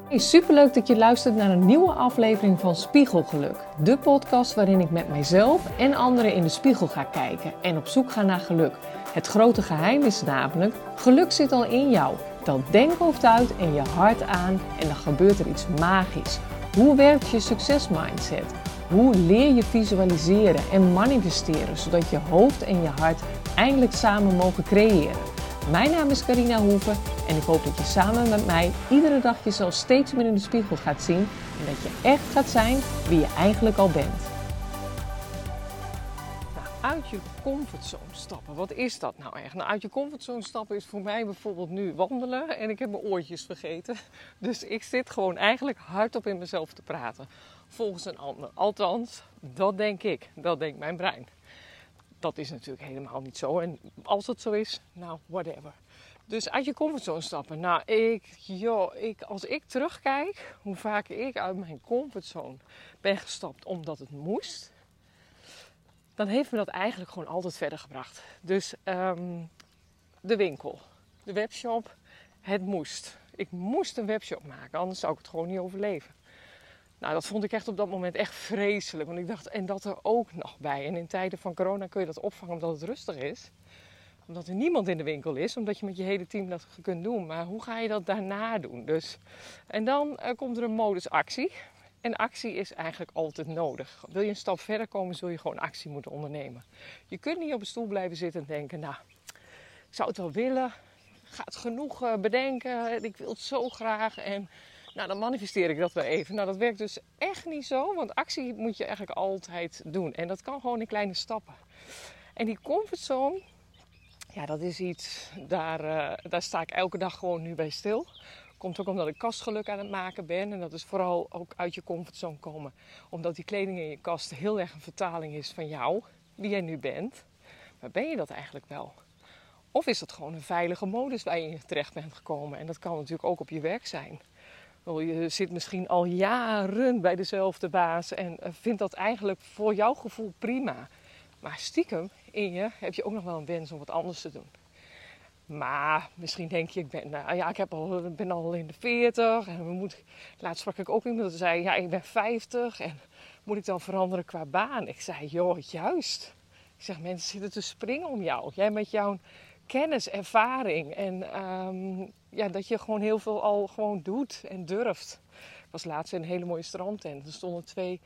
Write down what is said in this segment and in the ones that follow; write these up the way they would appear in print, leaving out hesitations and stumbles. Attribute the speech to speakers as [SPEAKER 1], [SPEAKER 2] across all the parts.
[SPEAKER 1] Hey, superleuk dat je luistert naar een nieuwe aflevering van Spiegelgeluk. De podcast waarin ik met mijzelf en anderen in de spiegel ga kijken en op zoek ga naar geluk. Het grote geheim is namelijk, geluk zit al in jou. Tel denkhoofd uit en je hart aan en dan gebeurt er iets magisch. Hoe werkt je succesmindset? Hoe leer je visualiseren en manifesteren, zodat je hoofd en je hart eindelijk samen mogen creëren? Mijn naam is Carina Hoeven en ik hoop dat je samen met mij iedere dag jezelf steeds meer in de spiegel gaat zien en dat je echt gaat zijn wie je eigenlijk al bent. Nou, uit je comfortzone stappen, wat is dat nou echt? Nou, uit je comfortzone stappen is voor mij bijvoorbeeld nu wandelen en ik heb mijn oortjes vergeten. Dus ik zit gewoon eigenlijk hardop in mezelf te praten, volgens een ander. Althans, dat denk ik, dat denkt mijn brein. Dat is natuurlijk helemaal niet zo. En als het zo is, nou, whatever. Dus uit je comfortzone stappen. Nou, als ik terugkijk hoe vaak ik uit mijn comfortzone ben gestapt omdat het moest, dan heeft me dat eigenlijk gewoon altijd verder gebracht. Dus de winkel, de webshop, het moest. Ik moest een webshop maken, anders zou ik het gewoon niet overleven. Nou, dat vond ik echt op dat moment echt vreselijk. Want ik dacht, en dat er ook nog bij. En in tijden van corona kun je dat opvangen omdat het rustig is. Omdat er niemand in de winkel is. Omdat je met je hele team dat kunt doen. Maar hoe ga je dat daarna doen? Dus, en dan komt er een modus actie. En actie is eigenlijk altijd nodig. Wil je een stap verder komen, zul je gewoon actie moeten ondernemen. Je kunt niet op een stoel blijven zitten en denken, nou, ik zou het wel willen. Ik ga het genoeg bedenken. Ik wil het zo graag. En nou, dan manifesteer ik dat wel even. Nou, dat werkt dus echt niet zo. Want actie moet je eigenlijk altijd doen. En dat kan gewoon in kleine stappen. En die comfortzone, ja, dat is iets, daar sta ik elke dag gewoon nu bij stil. Komt ook omdat ik kastgeluk aan het maken ben. En dat is vooral ook uit je comfortzone komen. Omdat die kleding in je kast heel erg een vertaling is van jou, wie jij nu bent. Maar ben je dat eigenlijk wel? Of is dat gewoon een veilige modus waar je terecht bent gekomen? En dat kan natuurlijk ook op je werk zijn. Je zit misschien al jaren bij dezelfde baas en vindt dat eigenlijk voor jouw gevoel prima. Maar stiekem in je heb je ook nog wel een wens om wat anders te doen. Maar misschien denk je, ik ben al in de 40 en laatst sprak ik ook iemand die zei, ja, ik ben 50 en moet ik dan veranderen qua baan? Ik zei, joh, juist. Ik zeg, mensen zitten te springen om jou. Jij met jouw kennis, ervaring en dat je gewoon heel veel al gewoon doet en durft. Ik was laatst in een hele mooie strandtent. Er stonden twee,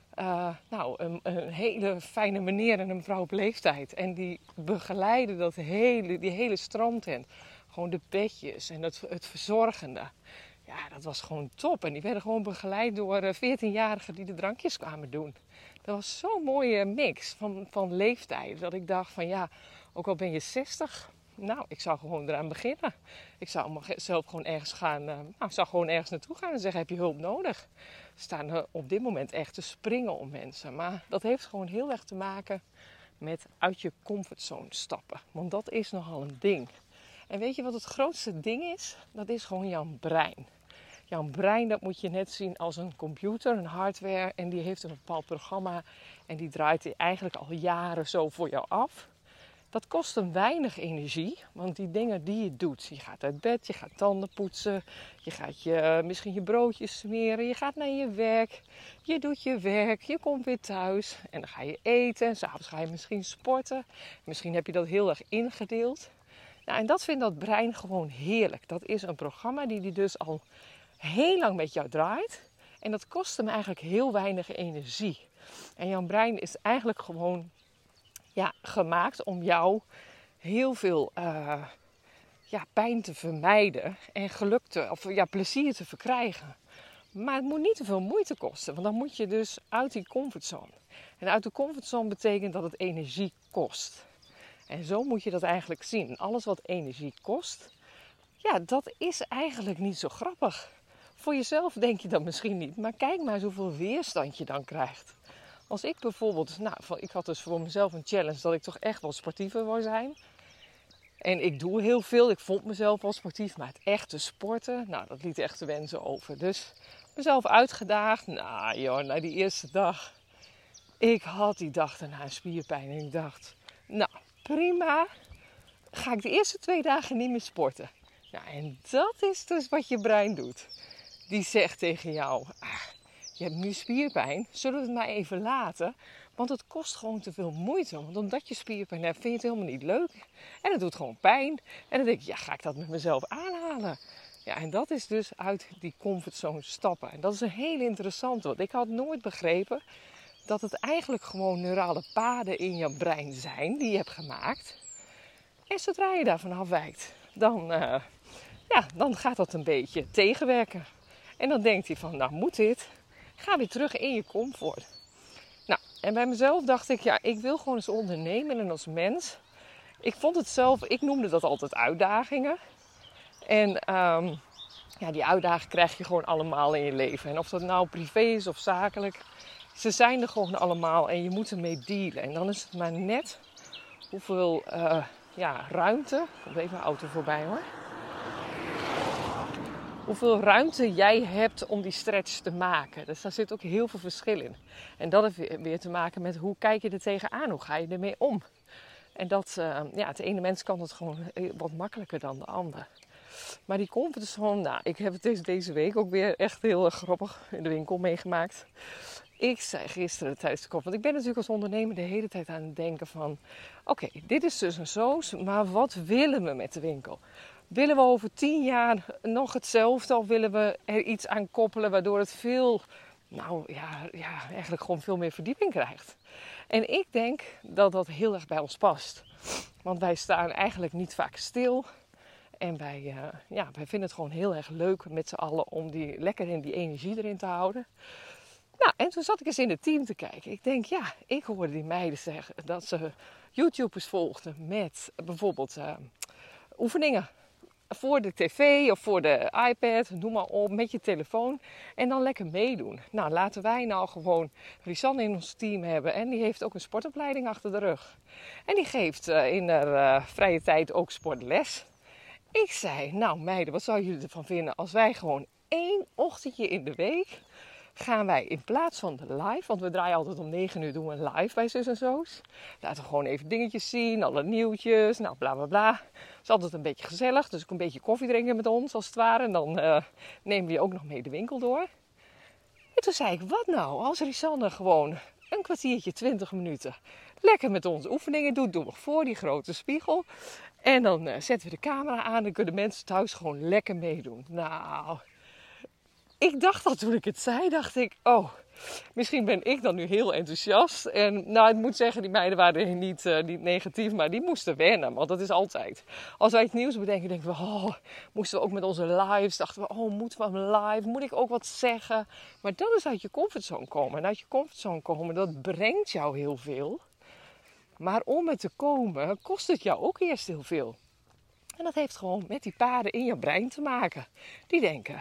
[SPEAKER 1] een hele fijne meneer en een vrouw op leeftijd. En die begeleiden die hele strandtent. Gewoon de bedjes en het verzorgende. Ja, dat was gewoon top. En die werden gewoon begeleid door 14-jarigen die de drankjes kwamen doen. Dat was zo'n mooie mix van leeftijd. Dat ik dacht van ja, ook al ben je 60... Nou, ik zou gewoon eraan beginnen. Ik zou zelf gewoon ergens gaan. Zou gewoon ergens naartoe gaan en zeggen: heb je hulp nodig? We staan op dit moment echt te springen om mensen. Maar dat heeft gewoon heel erg te maken met uit je comfortzone stappen. Want dat is nogal een ding. En weet je wat het grootste ding is? Dat is gewoon jouw brein. Jouw brein, dat moet je net zien als een computer, een hardware. En die heeft een bepaald programma. En die draait eigenlijk al jaren zo voor jou af. Dat kost een weinig energie, want die dingen die je doet, je gaat uit bed, je gaat tanden poetsen, je gaat misschien je broodjes smeren, je gaat naar je werk, je doet je werk, je komt weer thuis en dan ga je eten en 's avonds ga je misschien sporten. Misschien heb je dat heel erg ingedeeld. Nou, en dat vindt dat brein gewoon heerlijk. Dat is een programma die dus al heel lang met jou draait en dat kost hem eigenlijk heel weinig energie. En jouw brein is eigenlijk gewoon gemaakt om jou heel veel pijn te vermijden en plezier te verkrijgen. Maar het moet niet te veel moeite kosten, want dan moet je dus uit die comfortzone. En uit de comfortzone betekent dat het energie kost. En zo moet je dat eigenlijk zien. Alles wat energie kost, ja, dat is eigenlijk niet zo grappig. Voor jezelf denk je dat misschien niet, maar kijk maar eens hoeveel weerstand je dan krijgt. Als ik bijvoorbeeld, ik had dus voor mezelf een challenge dat ik toch echt wel sportiever wou zijn. En ik doe heel veel, ik vond mezelf wel sportief, maar het echte sporten, dat liet echt de wensen over. Dus mezelf uitgedaagd, na die eerste dag, ik had die dag daarna een spierpijn en ik dacht, prima, ga ik de eerste 2 dagen niet meer sporten. En dat is dus wat je brein doet. die zegt tegen jou, je hebt nu spierpijn, zullen we het maar even laten? Want het kost gewoon te veel moeite. Want omdat je spierpijn hebt, vind je het helemaal niet leuk. En het doet gewoon pijn. En dan denk je, ga ik dat met mezelf aanhalen? Ja, en dat is dus uit die comfortzone stappen. En dat is een hele interessante. Want ik had nooit begrepen dat het eigenlijk gewoon neurale paden in je brein zijn die je hebt gemaakt. En zodra je daarvan afwijkt, dan gaat dat een beetje tegenwerken. En dan denkt hij van, nou moet dit? Ga weer terug in je comfort. Nou, en bij mezelf dacht ik, ik wil gewoon eens ondernemen en als mens. Ik vond het zelf, ik noemde dat altijd uitdagingen. En die uitdagingen krijg je gewoon allemaal in je leven. En of dat nou privé is of zakelijk, ze zijn er gewoon allemaal en je moet ermee dealen. En dan is het maar net hoeveel ruimte, er komt even een auto voorbij hoor. Hoeveel ruimte jij hebt om die stretch te maken. Dus daar zit ook heel veel verschil in. En dat heeft weer te maken met hoe kijk je er tegenaan, hoe ga je ermee om. En dat, het ene mens kan het gewoon wat makkelijker dan de ander. Maar die comfortzone, ik heb het deze week ook weer echt heel grappig in de winkel meegemaakt. Ik zei gisteren tijdens de kop, want ik ben natuurlijk als ondernemer de hele tijd aan het denken van, oké, dit is dus een soos, maar wat willen we met de winkel? Willen we over 10 jaar nog hetzelfde of willen we er iets aan koppelen waardoor het eigenlijk gewoon veel meer verdieping krijgt? En ik denk dat dat heel erg bij ons past. Want wij staan eigenlijk niet vaak stil. En wij vinden het gewoon heel erg leuk met z'n allen om lekker in die energie erin te houden. Nou, en toen zat ik eens in het team te kijken. Ik denk, ik hoorde die meiden zeggen dat ze YouTubers volgden met bijvoorbeeld oefeningen. Voor de tv of voor de iPad, noem maar op, met je telefoon. En dan lekker meedoen. Nou, laten wij nou gewoon Risanne in ons team hebben. En die heeft ook een sportopleiding achter de rug. En die geeft in haar vrije tijd ook sportles. Ik zei, nou meiden, wat zouden jullie ervan vinden als wij gewoon 1 ochtendje in de week gaan wij in plaats van de live, want we draaien altijd om 9 uur, doen we een live bij Zus en Zo's. Laten we gewoon even dingetjes zien, alle nieuwtjes, nou bla bla bla. Het is altijd een beetje gezellig, dus ook een beetje koffie drinken met ons als het ware. En dan nemen we je ook nog mee de winkel door. En toen zei ik, wat nou als Risanne gewoon een kwartiertje, 20 minuten lekker met ons oefeningen doet. Doen we voor die grote spiegel. En dan zetten we de camera aan en kunnen mensen thuis gewoon lekker meedoen. Nou, ik dacht dat toen ik het zei, dacht ik, misschien ben ik dan nu heel enthousiast. En nou, ik moet zeggen, die meiden waren niet negatief, maar die moesten wennen. Want dat is altijd. Als wij het nieuws bedenken, denken we, moesten we ook met onze lives. Dachten we, moeten we live? Moet ik ook wat zeggen? Maar dat is uit je comfortzone komen. En uit je comfortzone komen, dat brengt jou heel veel. Maar om er te komen, kost het jou ook eerst heel veel. En dat heeft gewoon met die paden in je brein te maken. Die denken,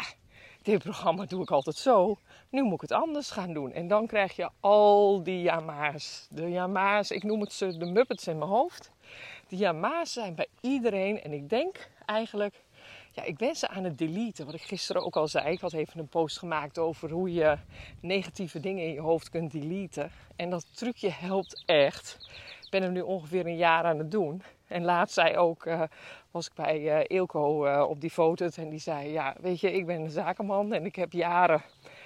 [SPEAKER 1] dit programma doe ik altijd zo. Nu moet ik het anders gaan doen. En dan krijg je al die jama's. De jama's, ik noem het de Muppets in mijn hoofd. Die jama's zijn bij iedereen. En ik denk eigenlijk, ik ben ze aan het deleten. Wat ik gisteren ook al zei. Ik had even een post gemaakt over hoe je negatieve dingen in je hoofd kunt deleten. En dat trucje helpt echt. Ik ben hem nu ongeveer 1 jaar aan het doen. En laatst was ik bij Eelco op die foto en die zei, weet je, ik ben een zakenman en ik heb jaren,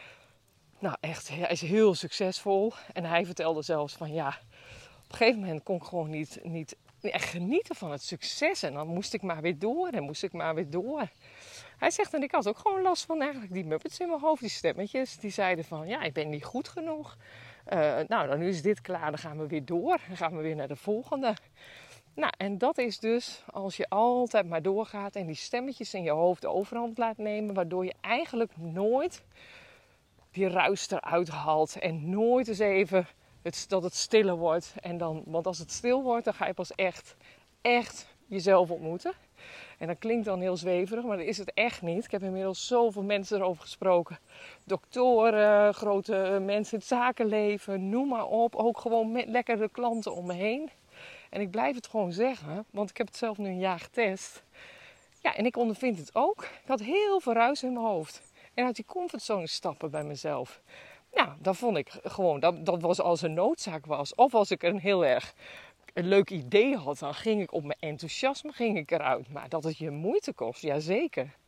[SPEAKER 1] hij is heel succesvol. En hij vertelde zelfs van, op een gegeven moment kon ik gewoon niet echt genieten van het succes. En dan moest ik maar weer door. Hij zegt, en ik had ook gewoon last van eigenlijk die Muppets in mijn hoofd, die stemmetjes. Die zeiden van, ik ben niet goed genoeg. Dan nu is dit klaar, dan gaan we weer door. Dan gaan we weer naar de volgende. Nou, en dat is dus als je altijd maar doorgaat en die stemmetjes in je hoofd de overhand laat nemen, waardoor je eigenlijk nooit die ruis eruit haalt en nooit eens even dat het stiller wordt. Want als het stil wordt, dan ga je pas echt jezelf ontmoeten. En dat klinkt dan heel zweverig, maar dat is het echt niet. Ik heb inmiddels zoveel mensen erover gesproken. Doktoren, grote mensen in het zakenleven, noem maar op. Ook gewoon met lekkere klanten om me heen. En ik blijf het gewoon zeggen, want ik heb het zelf nu 1 jaar getest. En ik ondervind het ook. Ik had heel veel ruis in mijn hoofd. En uit die comfortzone stappen bij mezelf. Nou, dat vond ik gewoon, dat was als een noodzaak was. Of als ik een heel erg een leuk idee had, dan ging ik op mijn enthousiasme eruit. Maar dat het je moeite kost, jazeker.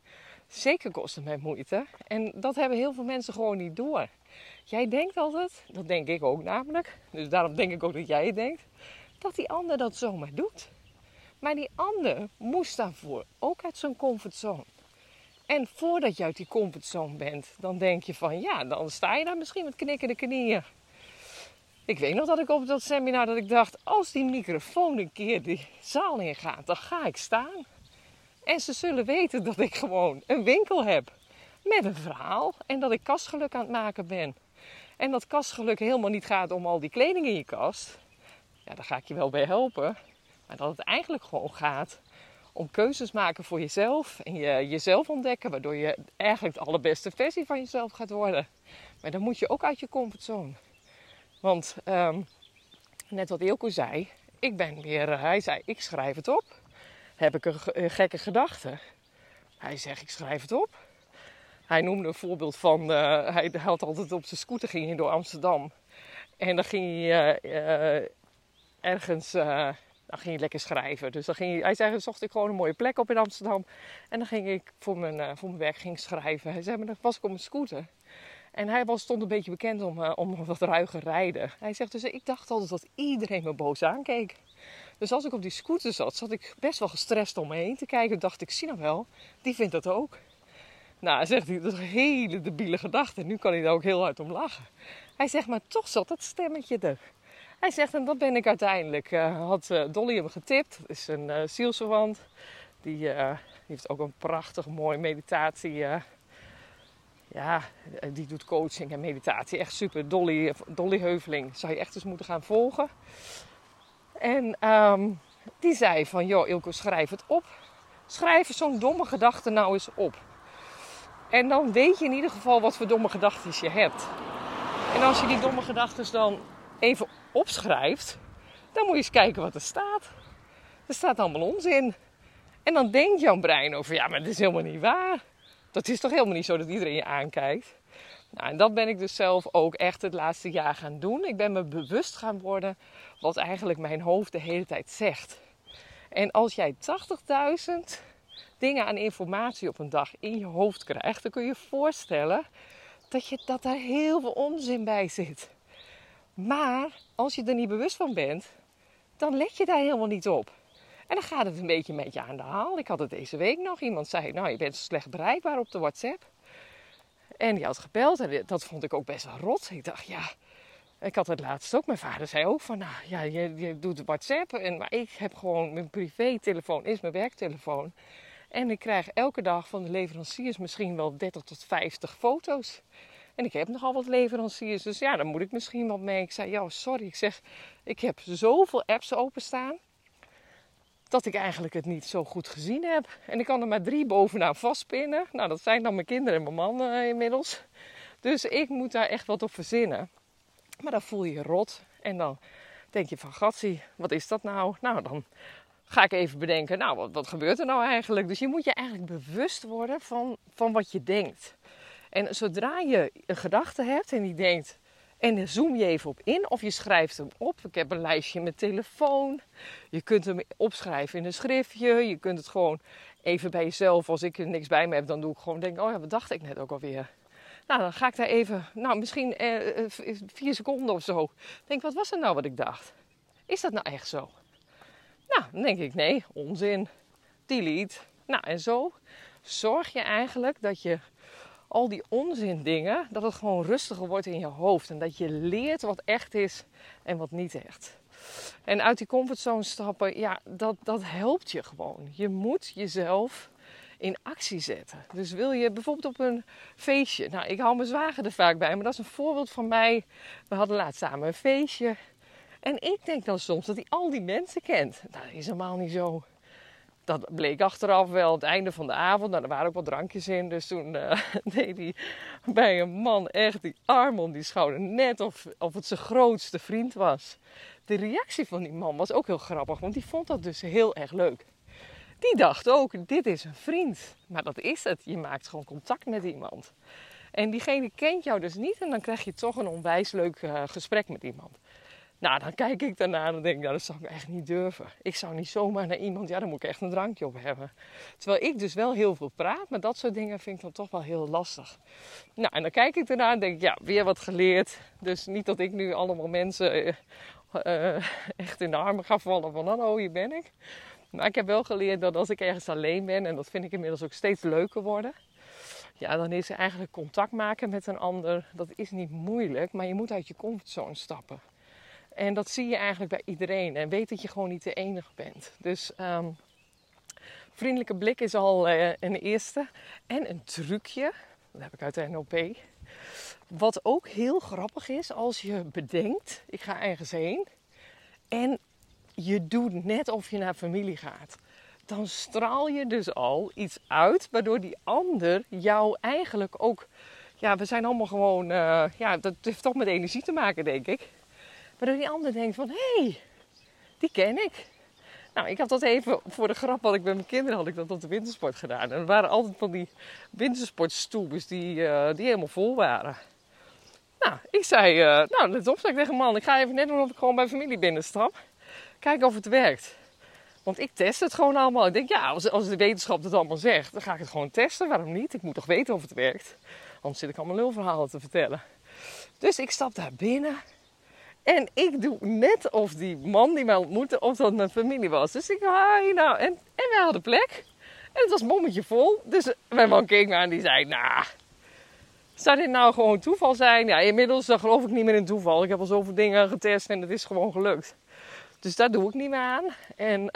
[SPEAKER 1] Zeker kost het mij moeite. En dat hebben heel veel mensen gewoon niet door. Jij denkt altijd, dat denk ik ook namelijk, dus daarom denk ik ook dat jij het denkt, dat die ander dat zomaar doet. Maar die ander moest daarvoor ook uit zijn comfortzone. En voordat je uit die comfortzone bent, dan denk je van ja, dan sta je daar misschien met knikkende knieën. Ik weet nog dat ik op dat seminar dat ik dacht, als die microfoon een keer die zaal ingaat, dan ga ik staan. En ze zullen weten dat ik gewoon een winkel heb met een verhaal en dat ik kastgeluk aan het maken ben. En dat kastgeluk helemaal niet gaat om al die kleding in je kast. Ja, daar ga ik je wel bij helpen. Maar dat het eigenlijk gewoon gaat om keuzes maken voor jezelf. En jezelf ontdekken, waardoor je eigenlijk de allerbeste versie van jezelf gaat worden. Maar dan moet je ook uit je comfortzone. Want net wat Eelco zei, hij zei, ik schrijf het op. Heb ik een gekke gedachte? Hij zegt, ik schrijf het op. Hij noemde een voorbeeld van, hij had altijd op zijn scooter, ging hij door Amsterdam. En dan ging hij ergens, dan ging hij lekker schrijven. Dus hij zei, dan zocht ik gewoon een mooie plek op in Amsterdam. En dan ging ik voor mijn werk schrijven. Hij zei, maar dan was ik op mijn scooter. En hij stond een beetje bekend om wat ruiger rijden. Hij zegt, dus ik dacht altijd dat iedereen me boos aankeek. Dus als ik op die scooter zat ik best wel gestrest om me heen te kijken. Dacht ik, zie nou wel, die vindt dat ook. Nou, zegt hij, dat is een hele debiele gedachte. Nu kan hij daar ook heel hard om lachen. Hij zegt, maar toch zat dat stemmetje er. Hij zegt, en dat ben ik uiteindelijk. Had Dolly hem getipt. Dat is een zielsverwant. Die heeft ook een prachtig mooi meditatie. Die doet coaching en meditatie. Echt super. Dolly Heuveling. Zou je echt eens moeten gaan volgen. En die zei van, joh Eelco, schrijf het op. Schrijf zo'n domme gedachte nou eens op. En dan weet je in ieder geval wat voor domme gedachten je hebt. En als je die domme gedachten dan even opschrijft, dan moet je eens kijken wat er staat. Er staat allemaal onzin. En dan denkt jouw brein over, ja, maar dat is helemaal niet waar. Dat is toch helemaal niet zo dat iedereen je aankijkt. Nou, en dat ben ik dus zelf ook echt het laatste jaar gaan doen. Ik ben me bewust gaan worden wat eigenlijk mijn hoofd de hele tijd zegt. En als jij 80.000 dingen aan informatie op een dag in je hoofd krijgt, dan kun je je voorstellen dat daar heel veel onzin bij zit. Maar als je er niet bewust van bent, dan let je daar helemaal niet op. En dan gaat het een beetje met je aan de haal. Ik had het deze week nog. Iemand zei, nou, je bent slecht bereikbaar op de WhatsApp. En die had gebeld en dat vond ik ook best wel rot. Ik dacht, ja, ik had het laatst ook. Mijn vader zei ook van, nou ja, je doet WhatsApp. Maar ik heb gewoon, mijn privételefoon is mijn werktelefoon. En ik krijg elke dag van de leveranciers misschien wel 30 tot 50 foto's. En ik heb nogal wat leveranciers, dus ja, daar moet ik misschien wat mee. Ik zei, ja, sorry. Ik zeg, ik heb zoveel apps openstaan dat ik eigenlijk het niet zo goed gezien heb. En ik kan er maar 3 bovenaan vastpinnen. Nou, dat zijn dan mijn kinderen en mijn man inmiddels. Dus ik moet daar echt wat op verzinnen. Maar dan voel je je rot. En dan denk je van, gatsie, wat is dat nou? Nou, dan ga ik even bedenken, nou, wat gebeurt er nou eigenlijk? Dus je moet je eigenlijk bewust worden van wat je denkt. En zodra je een gedachte hebt en die denkt, en dan zoom je even op in of je schrijft hem op. Ik heb een lijstje in mijn telefoon. Je kunt hem opschrijven in een schriftje. Je kunt het gewoon even bij jezelf, als ik er niks bij me heb, dan doe ik gewoon, denk, oh ja, wat dacht ik net ook alweer? Nou, dan ga ik daar even, misschien 4 seconden of zo. Denk, wat was er nou wat ik dacht? Is dat nou echt zo? Nou, dan denk ik, nee, onzin. Delete. Nou, en zo zorg je eigenlijk dat je al die onzin dingen, dat het gewoon rustiger wordt in je hoofd. En dat je leert wat echt is en wat niet echt. En uit die comfortzone stappen, ja, dat helpt je gewoon. Je moet jezelf in actie zetten. Dus wil je bijvoorbeeld op een feestje. Nou, ik hou mijn zwager er vaak bij, maar dat is een voorbeeld van mij. We hadden laatst samen een feestje. En ik denk dan soms dat hij al die mensen kent. Nou, dat is helemaal niet zo. Dat bleek achteraf wel, het einde van de avond. Nou, er waren ook wat drankjes in. Dus toen deed hij bij een man echt die arm om die schouder. Net of het zijn grootste vriend was. De reactie van die man was ook heel grappig. Want die vond dat dus heel erg leuk. Die dacht ook, dit is een vriend. Maar dat is het. Je maakt gewoon contact met iemand. En diegene kent jou dus niet. En dan krijg je toch een onwijs leuk gesprek met iemand. Nou, dan kijk ik daarna en dan denk ik, nou, dat zou ik echt niet durven. Ik zou niet zomaar naar iemand, ja, daar moet ik echt een drankje op hebben. Terwijl ik dus wel heel veel praat, maar dat soort dingen vind ik dan toch wel heel lastig. Nou, en dan kijk ik daarna en denk ik, ja, weer wat geleerd. Dus niet dat ik nu allemaal mensen echt in de armen ga vallen van, hallo, hier ben ik. Maar ik heb wel geleerd dat als ik ergens alleen ben, en dat vind ik inmiddels ook steeds leuker worden. Ja, dan is er eigenlijk contact maken met een ander, dat is niet moeilijk, maar je moet uit je comfortzone stappen. En dat zie je eigenlijk bij iedereen. En weet dat je gewoon niet de enige bent. Dus vriendelijke blik is al een eerste. En een trucje, dat heb ik uit de NLP. Wat ook heel grappig is als je bedenkt, ik ga ergens heen. En je doet net of je naar familie gaat. Dan straal je dus al iets uit, waardoor die ander jou eigenlijk ook... Ja, we zijn allemaal gewoon... dat heeft toch met energie te maken, denk ik. Waardoor die ander denkt van, hé, die ken ik. Nou, ik had dat even voor de grap, want ik met mijn kinderen had ik dat op de wintersport gedaan. En er waren altijd van die wintersportstoeltjes die helemaal vol waren. Nou, ik zei, let op, zei ik tegen man, ik ga even net doen of ik gewoon bij familie binnenstap. Kijken of het werkt. Want ik test het gewoon allemaal. Ik denk, ja, als de wetenschap het allemaal zegt, dan ga ik het gewoon testen. Waarom niet? Ik moet toch weten of het werkt. Anders zit ik allemaal lulverhalen te vertellen. Dus ik stap daar binnen. En ik doe net of die man die mij ontmoette, of dat mijn familie was. Dus ik, hi, nou, en wij hadden plek. En het was mommetje vol. Dus mijn man keek me aan en die zei, nou, zou dit nou gewoon toeval zijn? Ja, inmiddels geloof ik niet meer in toeval. Ik heb al zoveel dingen getest en het is gewoon gelukt. Dus daar doe ik niet meer aan. En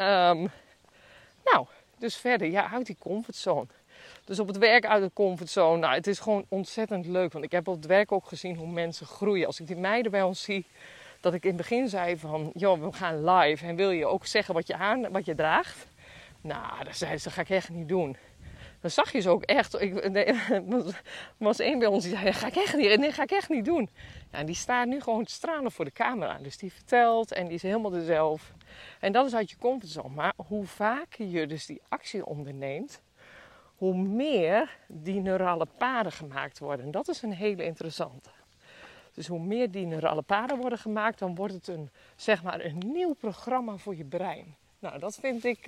[SPEAKER 1] dus verder, ja, uit die comfortzone. Dus op het werk uit de comfortzone, nou, het is gewoon ontzettend leuk. Want ik heb op het werk ook gezien hoe mensen groeien. Als ik die meiden bij ons zie, dat ik in het begin zei van, joh, we gaan live. En wil je ook zeggen wat je draagt? Nou, dat zei ze, dat ga ik echt niet doen. Dan zag je ze ook echt. Er was één bij ons die zei, dat ga ik echt niet, nee, ga ik echt niet doen. Ja, en die staat nu gewoon te stralen voor de camera. Dus die vertelt en die is helemaal dezelfde. En dat is uit je comfortzone. Maar hoe vaker je dus die actie onderneemt, hoe meer die neurale paden gemaakt worden. En dat is een hele interessante. Dus hoe meer die neurale paden worden gemaakt, dan wordt het een nieuw programma voor je brein. Nou, dat vind ik,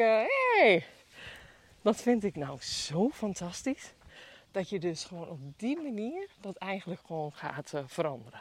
[SPEAKER 1] dat vind ik nou zo fantastisch. Dat je dus gewoon op die manier dat eigenlijk gewoon gaat veranderen.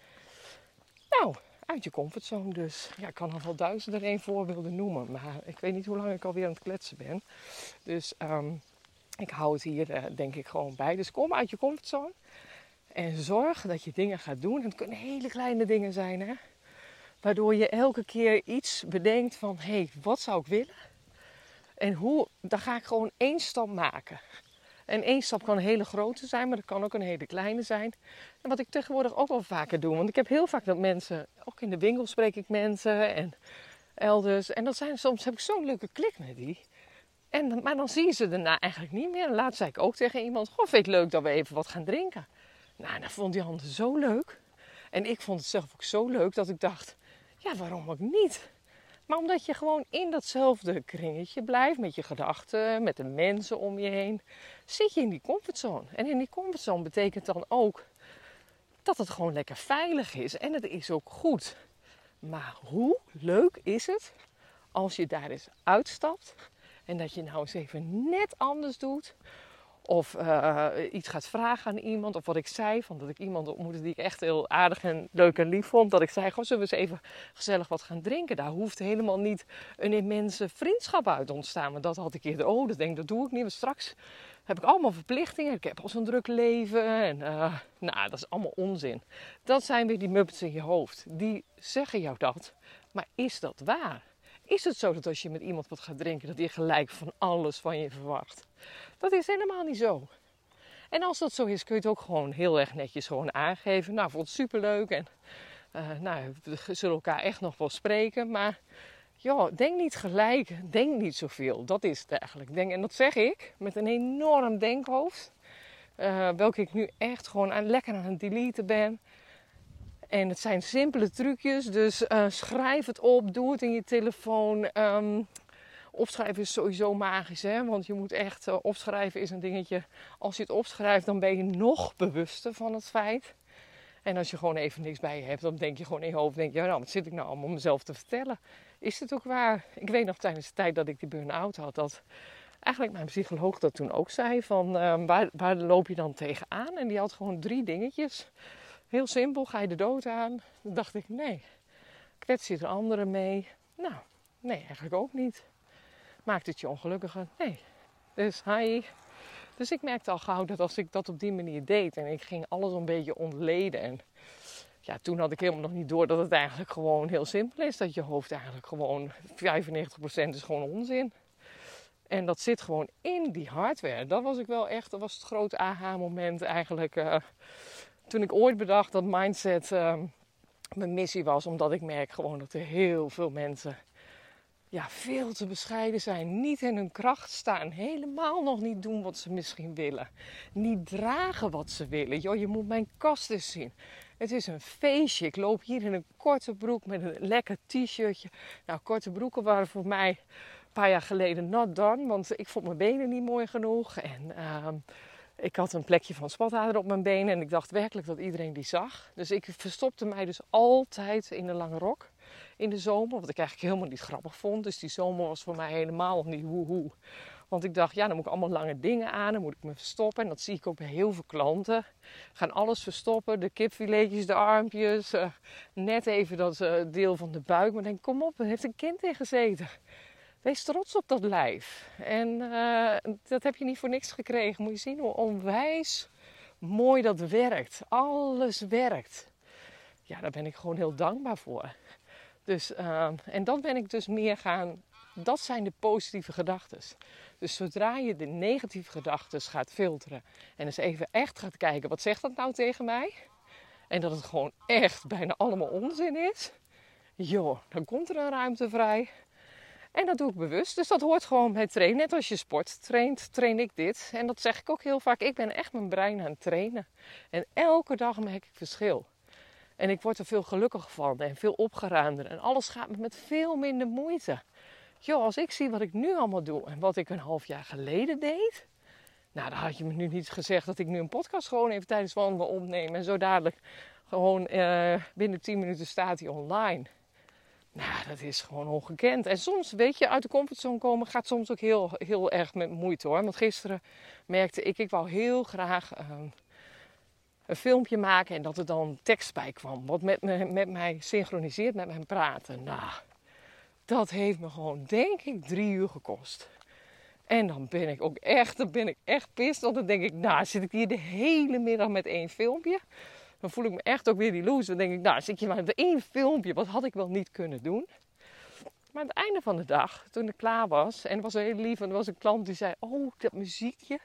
[SPEAKER 1] Nou, uit je comfortzone dus. Ja, ik kan nog wel 1001 voorbeelden noemen. Maar ik weet niet hoe lang ik alweer aan het kletsen ben. Dus ik hou het hier denk ik gewoon bij. Dus kom uit je comfortzone. En zorg dat je dingen gaat doen. En het kunnen hele kleine dingen zijn, hè. Waardoor je elke keer iets bedenkt van, hé, wat zou ik willen? En hoe, dan ga ik gewoon 1 stap maken. En 1 stap kan een hele grote zijn, maar dat kan ook een hele kleine zijn. En wat ik tegenwoordig ook wel vaker doe. Want ik heb heel vaak dat mensen, ook in de winkel spreek ik mensen en elders. En soms heb ik zo'n leuke klik met die. Maar dan zie je ze daarna eigenlijk niet meer. En laatst zei ik ook tegen iemand, goh, vind je het leuk dat we even wat gaan drinken? Nou, dat vond die ander zo leuk. En ik vond het zelf ook zo leuk dat ik dacht, ja, waarom ook niet? Maar omdat je gewoon in datzelfde kringetje blijft met je gedachten, met de mensen om je heen, zit je in die comfortzone. En in die comfortzone betekent dan ook dat het gewoon lekker veilig is. En het is ook goed. Maar hoe leuk is het als je daar eens uitstapt en dat je nou eens even net anders doet. Of iets gaat vragen aan iemand. Of wat ik zei, van dat ik iemand ontmoette die ik echt heel aardig en leuk en lief vond. Dat ik zei, goh, zullen we eens even gezellig wat gaan drinken? Daar hoeft helemaal niet een immense vriendschap uit te ontstaan. Maar dat had ik eerder, dat doe ik niet. Maar straks heb ik allemaal verplichtingen. Ik heb al zo'n druk leven. En dat is allemaal onzin. Dat zijn weer die muppets in je hoofd. Die zeggen jou dat. Maar is dat waar? Is het zo dat als je met iemand wat gaat drinken, dat die gelijk van alles van je verwacht? Dat is helemaal niet zo. En als dat zo is, kun je het ook gewoon heel erg netjes gewoon aangeven. Nou, ik vond het superleuk en we zullen elkaar echt nog wel spreken. Maar joh, denk niet gelijk, denk niet zoveel. Dat is het eigenlijk. En dat zeg ik met een enorm denkhoofd. Welke ik nu echt gewoon lekker aan het deleten ben. En het zijn simpele trucjes, dus schrijf het op, doe het in je telefoon. Opschrijven is sowieso magisch, hè? Want je moet echt, opschrijven is een dingetje. Als je het opschrijft, dan ben je nog bewuster van het feit. En als je gewoon even niks bij je hebt, dan denk je gewoon in je hoofd, nou, wat zit ik nou allemaal om mezelf te vertellen? Is het ook waar? Ik weet nog tijdens de tijd dat ik die burn-out had, dat eigenlijk mijn psycholoog dat toen ook zei, van waar loop je dan tegenaan? En die had gewoon 3 dingetjes. Heel simpel, ga je de dood aan? Dan dacht ik, nee. Kwets je er anderen mee? Nou, nee, eigenlijk ook niet. Maakt het je ongelukkiger? Nee. Dus hi. Dus ik merkte al gauw dat als ik dat op die manier deed en ik ging alles een beetje ontleden. En ja, toen had ik helemaal nog niet door dat het eigenlijk gewoon heel simpel is. Dat je hoofd eigenlijk gewoon 95% is gewoon onzin. En dat zit gewoon in die hardware. Dat was ik wel echt, dat was het grote aha-moment eigenlijk. Toen ik ooit bedacht dat mindset mijn missie was. Omdat ik merk gewoon dat er heel veel mensen veel te bescheiden zijn. Niet in hun kracht staan. Helemaal nog niet doen wat ze misschien willen. Niet dragen wat ze willen. Joh, je moet mijn kast eens zien. Het is een feestje. Ik loop hier in een korte broek met een lekker t-shirtje. Nou, korte broeken waren voor mij een paar jaar geleden not done. Want ik vond mijn benen niet mooi genoeg. En ik had een plekje van spathader op mijn benen. En ik dacht werkelijk dat iedereen die zag. Dus ik verstopte mij dus altijd in een lange rok. In de zomer, wat ik eigenlijk helemaal niet grappig vond. Dus die zomer was voor mij helemaal niet woehoe. Want ik dacht, dan moet ik allemaal lange dingen aan. Dan moet ik me verstoppen. En dat zie ik ook bij heel veel klanten. Gaan alles verstoppen. De kipfiletjes, de armpjes. Net even dat deel van de buik. Maar denk, kom op, er heeft een kind in gezeten. Wees trots op dat lijf. En dat heb je niet voor niks gekregen. Moet je zien hoe onwijs mooi dat werkt. Alles werkt. Ja, daar ben ik gewoon heel dankbaar voor. Dus, en dat ben ik dus meer gaan. Dat zijn de positieve gedachten. Dus zodra je de negatieve gedachten gaat filteren. En eens even echt gaat kijken. Wat zegt dat nou tegen mij? En dat het gewoon echt bijna allemaal onzin is. Joh, dan komt er een ruimte vrij. En dat doe ik bewust. Dus dat hoort gewoon bij trainen. Net als je sport traint, train ik dit. En dat zeg ik ook heel vaak. Ik ben echt mijn brein aan het trainen. En elke dag merk ik verschil. En ik word er veel gelukkiger van en veel opgeruimder. En alles gaat met veel minder moeite. Joh, als ik zie wat ik nu allemaal doe en wat ik een half jaar geleden deed. Nou, dan had je me nu niet gezegd dat ik nu een podcast gewoon even tijdens wandelen opneem. En zo dadelijk gewoon binnen 10 minuten staat hij online. Nou, dat is gewoon ongekend. En soms, weet je, uit de comfortzone komen gaat soms ook heel, heel erg met moeite hoor. Want gisteren merkte ik wou heel graag een filmpje maken en dat er dan tekst bij kwam. Wat met mij synchroniseert met mijn praten. Nou, dat heeft me gewoon, denk ik, 3 uur gekost. En dan ben ik ook echt pist. Want dan denk ik, nou, zit ik hier de hele middag met 1 filmpje. Dan voel ik me echt ook weer die loser. Dan denk ik, nou, zit je maar met 1 filmpje. Wat had ik wel niet kunnen doen? Maar aan het einde van de dag, toen ik klaar was. En het was heel lief. En er was een klant die zei, oh, dat muziekje.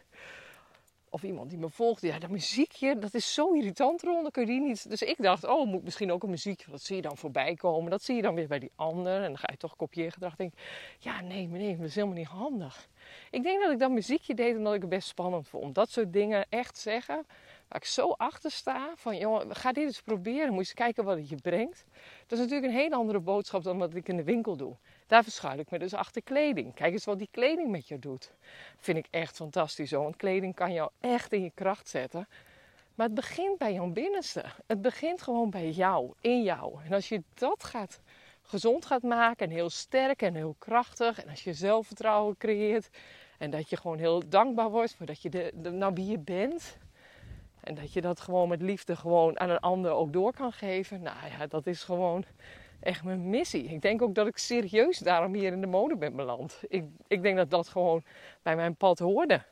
[SPEAKER 1] Of iemand die me volgde. Ja, dat muziekje, dat is zo irritant, Ron. Dan kun je die niet. Dus ik dacht, oh, moet misschien ook een muziekje. Dat zie je dan voorbij komen. Dat zie je dan weer bij die ander. En dan ga je toch kopieergedrag. Denk ja, nee, dat is helemaal niet handig. Ik denk dat ik dat muziekje deed omdat ik het best spannend vond. Dat soort dingen echt zeggen. Waar ik zo achter sta. Van, joh, ga dit eens proberen. Moet je eens kijken wat het je brengt. Dat is natuurlijk een hele andere boodschap dan wat ik in de winkel doe. Daar verschuil ik me dus achter kleding. Kijk eens wat die kleding met je doet. Vind ik echt fantastisch hoor. Want kleding kan jou echt in je kracht zetten. Maar het begint bij jouw binnenste. Het begint gewoon bij jou, in jou. En als je dat gezond gaat maken en heel sterk en heel krachtig. En als je zelfvertrouwen creëert. En dat je gewoon heel dankbaar wordt voor dat je nou wie je bent. En dat je dat gewoon met liefde gewoon aan een ander ook door kan geven. Nou ja, dat is gewoon echt mijn missie. Ik denk ook dat ik serieus daarom hier in de mode ben beland. Ik denk dat dat gewoon bij mijn pad hoorde.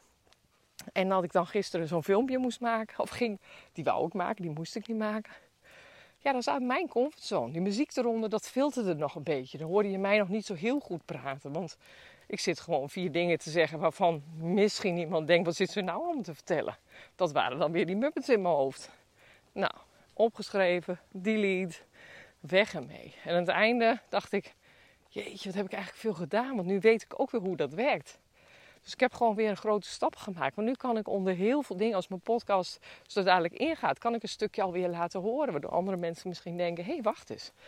[SPEAKER 1] En dat ik dan gisteren zo'n filmpje moest maken. Die wou ik maken, die moest ik niet maken. Ja, dat is uit mijn comfortzone. Die muziek eronder, dat filterde nog een beetje. Dan hoorde je mij nog niet zo heel goed praten. Want ik zit gewoon 4 dingen te zeggen waarvan misschien iemand denkt, wat zit ze nou allemaal te vertellen? Dat waren dan weer die Muppets in mijn hoofd. Nou, opgeschreven, delete, weg ermee. En aan het einde dacht ik, jeetje, wat heb ik eigenlijk veel gedaan? Want nu weet ik ook weer hoe dat werkt. Dus ik heb gewoon weer een grote stap gemaakt. Maar nu kan ik onder heel veel dingen, als mijn podcast zo dadelijk ingaat, kan ik een stukje alweer laten horen. Waardoor andere mensen misschien denken, hé, wacht eens.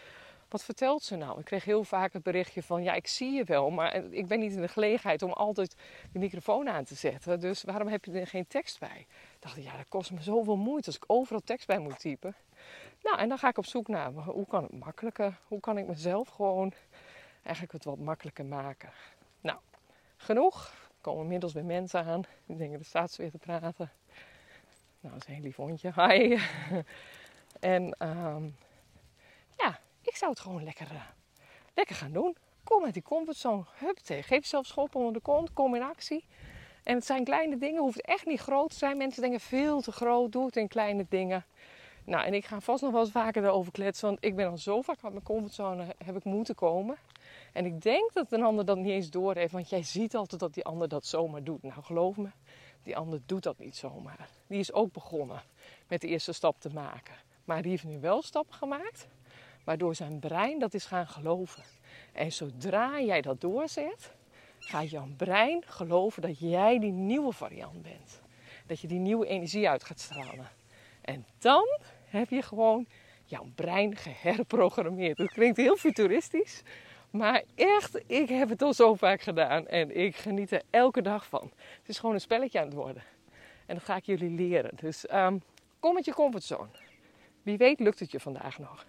[SPEAKER 1] wat vertelt ze nou? Ik kreeg heel vaak het berichtje van, ja, ik zie je wel, maar ik ben niet in de gelegenheid om altijd de microfoon aan te zetten. Dus waarom heb je er geen tekst bij? Ik dacht, ja, dat kost me zoveel moeite als ik overal tekst bij moet typen. Nou, en dan ga ik op zoek naar, hoe kan het makkelijker? Hoe kan ik mezelf gewoon eigenlijk het wat makkelijker maken? Nou, genoeg. Er komen inmiddels weer mensen aan. Die denken, er staat ze weer te praten. Nou, dat is een heel lief hondje. Hi. En ja, ik zou het gewoon lekker gaan doen. Kom uit die comfortzone. Huppatee. Geef jezelf schop onder de kont. Kom in actie. En het zijn kleine dingen. Hoeft echt niet groot te zijn. Mensen denken veel te groot. Doe het in kleine dingen. Nou, en ik ga vast nog wel eens vaker daarover kletsen. Want ik ben al zo vaak uit mijn comfortzone heb ik moeten komen. En ik denk dat een ander dat niet eens doorheeft. Want jij ziet altijd dat die ander dat zomaar doet. Nou, geloof me. Die ander doet dat niet zomaar. Die is ook begonnen met de eerste stap te maken. Maar die heeft nu wel stappen gemaakt. Waardoor zijn brein dat is gaan geloven. En zodra jij dat doorzet, gaat jouw brein geloven dat jij die nieuwe variant bent. Dat je die nieuwe energie uit gaat stralen. En dan heb je gewoon jouw brein geherprogrammeerd. Dat klinkt heel futuristisch. Maar echt, ik heb het al zo vaak gedaan. En ik geniet er elke dag van. Het is gewoon een spelletje aan het worden. En dat ga ik jullie leren. Dus kom met je comfortzone. Wie weet lukt het je vandaag nog.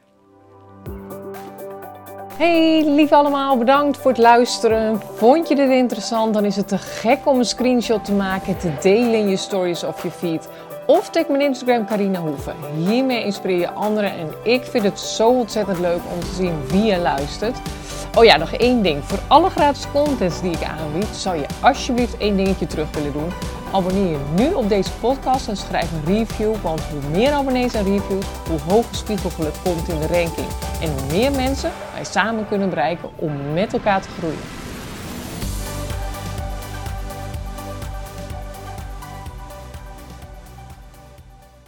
[SPEAKER 1] Hey lieve allemaal, bedankt voor het luisteren. Vond je dit interessant? Dan is het te gek om een screenshot te maken, te delen in je stories of je feed. Of tag mijn Instagram Carina Hoeve. Hiermee inspireer je anderen en ik vind het zo ontzettend leuk om te zien wie je luistert. Oh ja, nog één ding. Voor alle gratis contents die ik aanbied, zou je alsjeblieft één dingetje terug willen doen. Abonneer je nu op deze podcast en schrijf een review, want hoe meer abonnees en reviews, hoe hoger spiegelgeluk komt in de ranking. En hoe meer mensen wij samen kunnen bereiken om met elkaar te groeien.